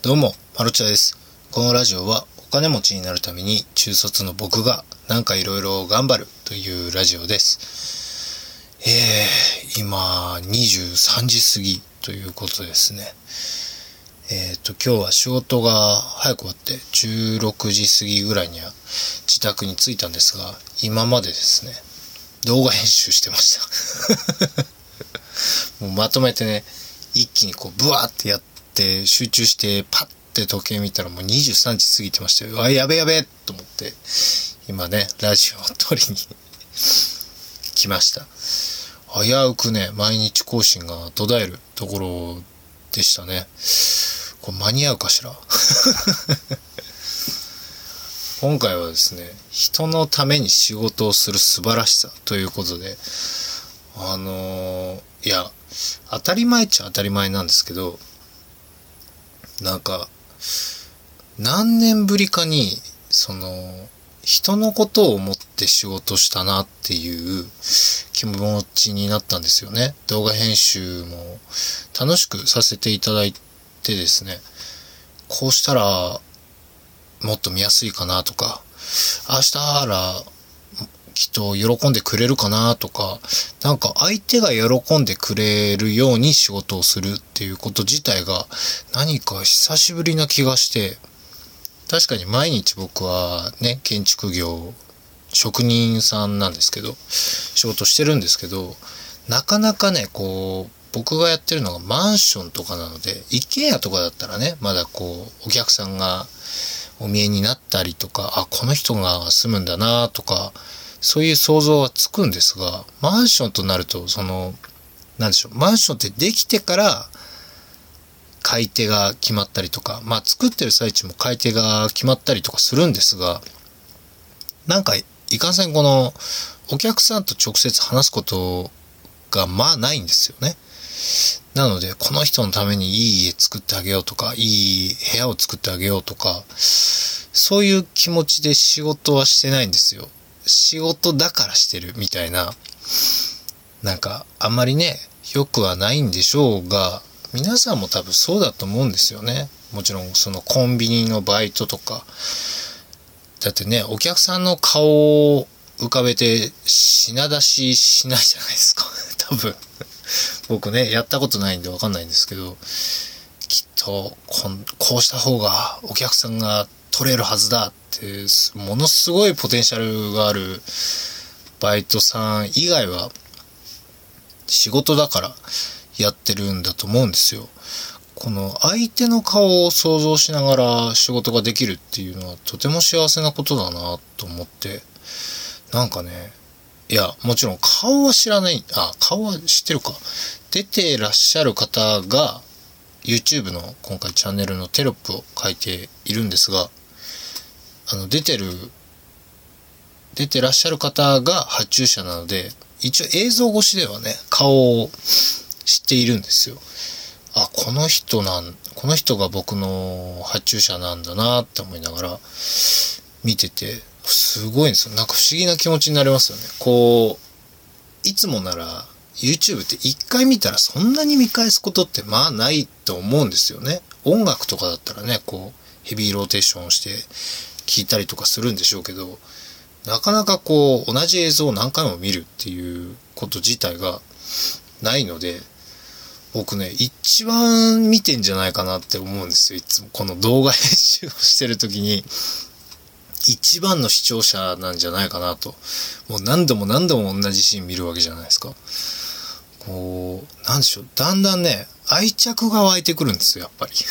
どうも、マルチャです。このラジオはお金持ちになるために中卒の僕がなんかいろいろ頑張るというラジオです。今23時過ぎということですね。今日は仕事が早く終わって16時過ぎぐらいには自宅に着いたんですが、今までですね、動画編集してました。もうまとめてね、一気にこうブワーってやって集中してパッて時計見たらもう23時過ぎてましたよ。やべと思って今ねラジオを撮りに来ました。危うくね毎日更新が途絶えるところでしたね。これ間に合うかしら今回はですね、人のために仕事をする素晴らしさということで、いや当たり前っちゃ当たり前なんですけど、なんか何年ぶりかに人のことを思って仕事したなっていう気持ちになったんですよね。動画編集も楽しくさせていただいてですね、こうしたらもっと見やすいかなとか、ああしたらきっと喜んでくれるかなとか、なんか相手が喜んでくれるように仕事をするっていうこと自体が何か久しぶりな気がして、確かに毎日僕はね、建築業、職人さんなんですけど、仕事してるんですけど、なかなかね、僕がやってるのがマンションとかなので、一軒家とかだったらね、まだお客さんがお見えになったりとか、この人が住むんだなとか、そういう想像はつくんですが、マンションとなると、なんでしょう、マンションってできてから買い手が決まったりとか、作ってる最中も買い手が決まったりとかするんですが、なんかいかんせんお客さんと直接話すことがないんですよね。なのでこの人のためにいい家作ってあげようとか、いい部屋を作ってあげようとか、そういう気持ちで仕事はしてないんですよ。仕事だからしてるみたいな、なんかあんまりね良くはないんでしょうが、皆さんも多分そうだと思うんですよね。もちろんコンビニのバイトとかだってね、お客さんの顔を浮かべて品出ししないじゃないですか多分僕ねやったことないんで分かんないんですけど、きっとこうした方がお客さんが取れるはずだってものすごいポテンシャルがあるバイトさん以外は仕事だからやってるんだと思うんですよ。この相手の顔を想像しながら仕事ができるっていうのはとても幸せなことだなと思って、なんかね、いやもちろん顔は知らない、顔は知ってるか、出てらっしゃる方が YouTube の今回チャンネルのテロップを書いているんですが、出てらっしゃる方が発注者なので、一応映像越しではね顔を知っているんですよ。この人が僕の発注者なんだなって思いながら見てて、すごいんですよ。なんか不思議な気持ちになりますよね。いつもなら YouTube って一回見たらそんなに見返すことってないと思うんですよね。音楽とかだったらね、ヘビーローテーションして聞いたりとかするんでしょうけど、なかなか同じ映像を何回も見るっていうこと自体がないので、僕ね一番見てんじゃないかなって思うんですよ。いつもこの動画編集をしてる時に一番の視聴者なんじゃないかなと。もう何度も同じシーン見るわけじゃないですか。なんでしょう、だんだんね愛着が湧いてくるんですよ、やっぱり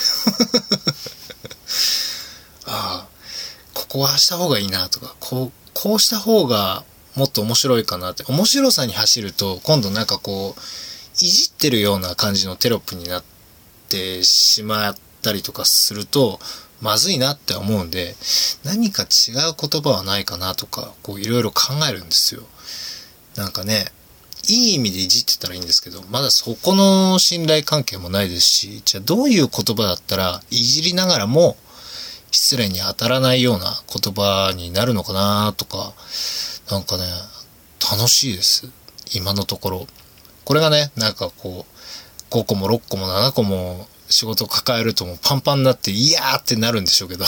ここはした方がいいなとか、こうした方がもっと面白いかなって、面白さに走ると今度なんかいじってるような感じのテロップになってしまったりとかするとまずいなって思うんで、何か違う言葉はないかなとかいろいろ考えるんですよ。なんかね、いい意味でいじってたらいいんですけど、まだそこの信頼関係もないですし、じゃあどういう言葉だったらいじりながらも失礼に当たらないような言葉になるのかなとか、なんかね楽しいです今のところ。これがねなんか5個も6個も7個も仕事を抱えるともうパンパンになっていやーってなるんでしょうけど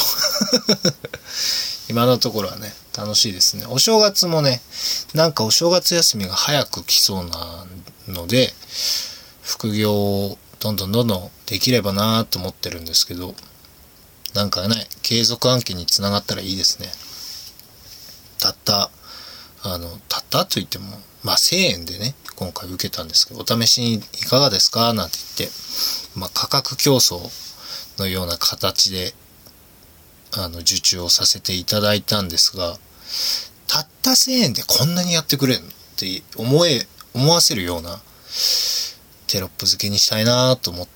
今のところはね楽しいですね。お正月もねなんかお正月休みが早く来そうなので副業をどんどんできればなと思ってるんですけど、なんかね継続案件につながったらいいですね。たったと言っても1000円でね今回受けたんですけど、お試しにいかがですかなんて言って、価格競争のような形で受注をさせていただいたんですが、たった1000円でこんなにやってくれるって思わせるようなテロップ付けにしたいなと思って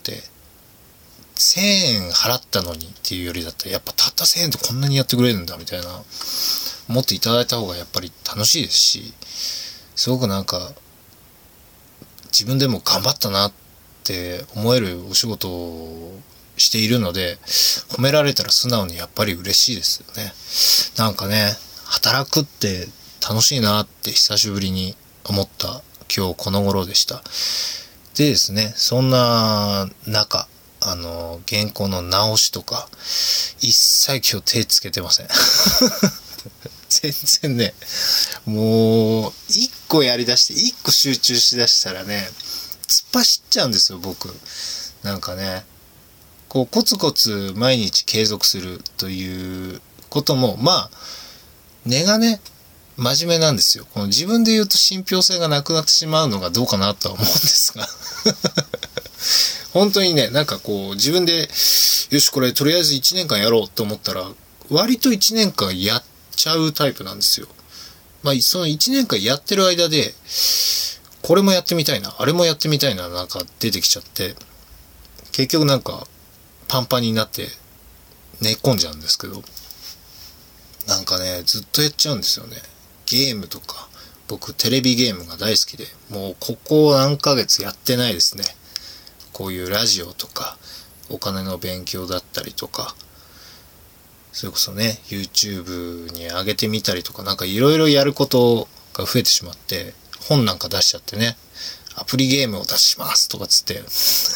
、1000円払ったのにっていうよりだったらやっぱたった1000円でこんなにやってくれるんだみたいな思っていただいた方がやっぱり楽しいですし、すごくなんか自分でも頑張ったなって思えるお仕事をしているので、褒められたら素直にやっぱり嬉しいですよね。なんかね働くって楽しいなって久しぶりに思った今日この頃でした。でですね、そんな中原稿の直しとか一切今日手つけてません全然ね、もう一個やりだして一個集中しだしたらね突っ走っちゃうんですよ僕。なんかねこうコツコツ毎日継続するということも根がね真面目なんですよ。この自分で言うと信憑性がなくなってしまうのがどうかなとは思うんですが本当にねなんかこう自分でよしこれとりあえず1年間やろうと思ったら割と1年間やっちゃうタイプなんですよ。その1年間やってる間でこれもやってみたいなあれもやってみたいななんか出てきちゃって、結局なんかパンパンになって寝込んじゃうんですけど、なんかねずっとやっちゃうんですよね。ゲームとか僕テレビゲームが大好きで、もうここ何ヶ月やってないですね。こういうラジオとかお金の勉強だったりとか、それこそね YouTube に上げてみたりとか、なんかいろいろやることが増えてしまって、本なんか出しちゃってね、アプリゲームを出しますとかつって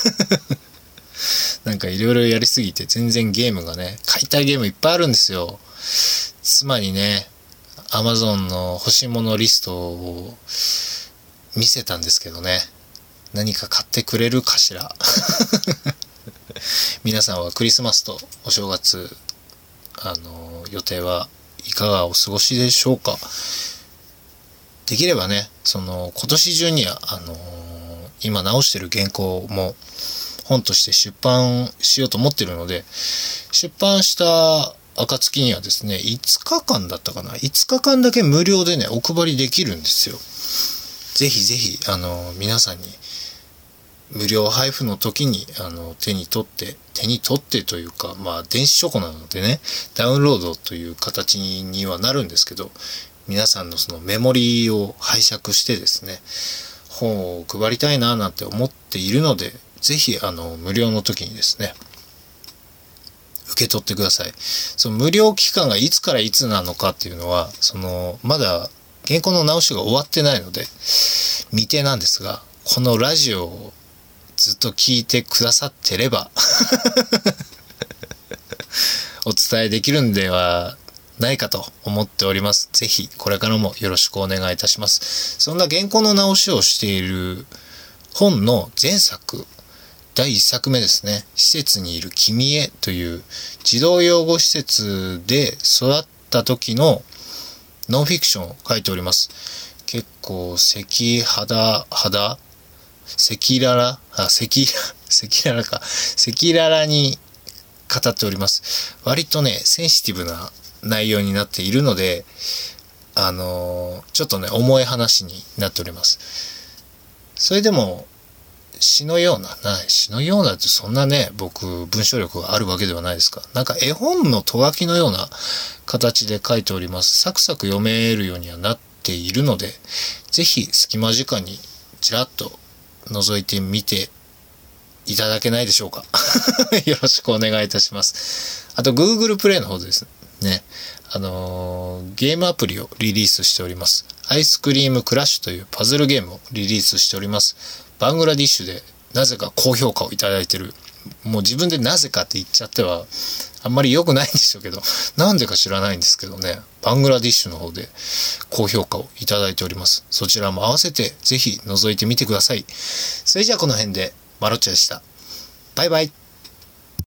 なんかいろいろやりすぎて全然ゲームがね、買いたいゲームいっぱいあるんですよ。妻にね Amazon の欲しいものリストを見せたんですけどね、何か買ってくれるかしら皆さんはクリスマスとお正月予定はいかがお過ごしでしょうか。できればね今年中には今直してる原稿も本として出版しようと思ってるので、出版した暁にはですね5日間だったかな、5日間だけ無料でねお配りできるんですよ。ぜひぜひ皆さんに無料配布の時に手に取ってというか、電子書庫なのでねダウンロードという形にはなるんですけど、皆さんのそのメモリーを拝借してですね本を配りたいななんて思っているので、ぜひ無料の時にですね受け取ってください。その無料期間がいつからいつなのかっていうのはまだ原稿の直しが終わってないので未定なんですが、このラジオをずっと聞いてくださってればお伝えできるんではないかと思っております。ぜひこれからもよろしくお願いいたします。そんな原稿の直しをしている本の前作第1作目ですね、施設にいる君へという児童養護施設で育った時のノンフィクションを書いております。結構赤裸々に語っております。割とねセンシティブな内容になっているのでちょっとね重い話になっております。それでも詩のようなってそんなね僕文章力があるわけではないですから、なんか絵本のとがきのような形で書いております。サクサク読めるようにはなっているので、ぜひ隙間時間にちらっと覗いてみていただけないでしょうかよろしくお願いいたします。あと Google プレイの方ですね、ゲームアプリをリリースしております。アイスクリームクラッシュというパズルゲームをリリースしております。バングラディッシュでなぜか高評価をいただいているもう自分でなぜかって言っちゃってはあんまり良くないんでしょうけど、なんでか知らないんですけどね、バングラディッシュの方で高評価をいただいております。そちらも合わせてぜひ覗いてみてください。それじゃあこの辺でマロッチョでした。バイバイ。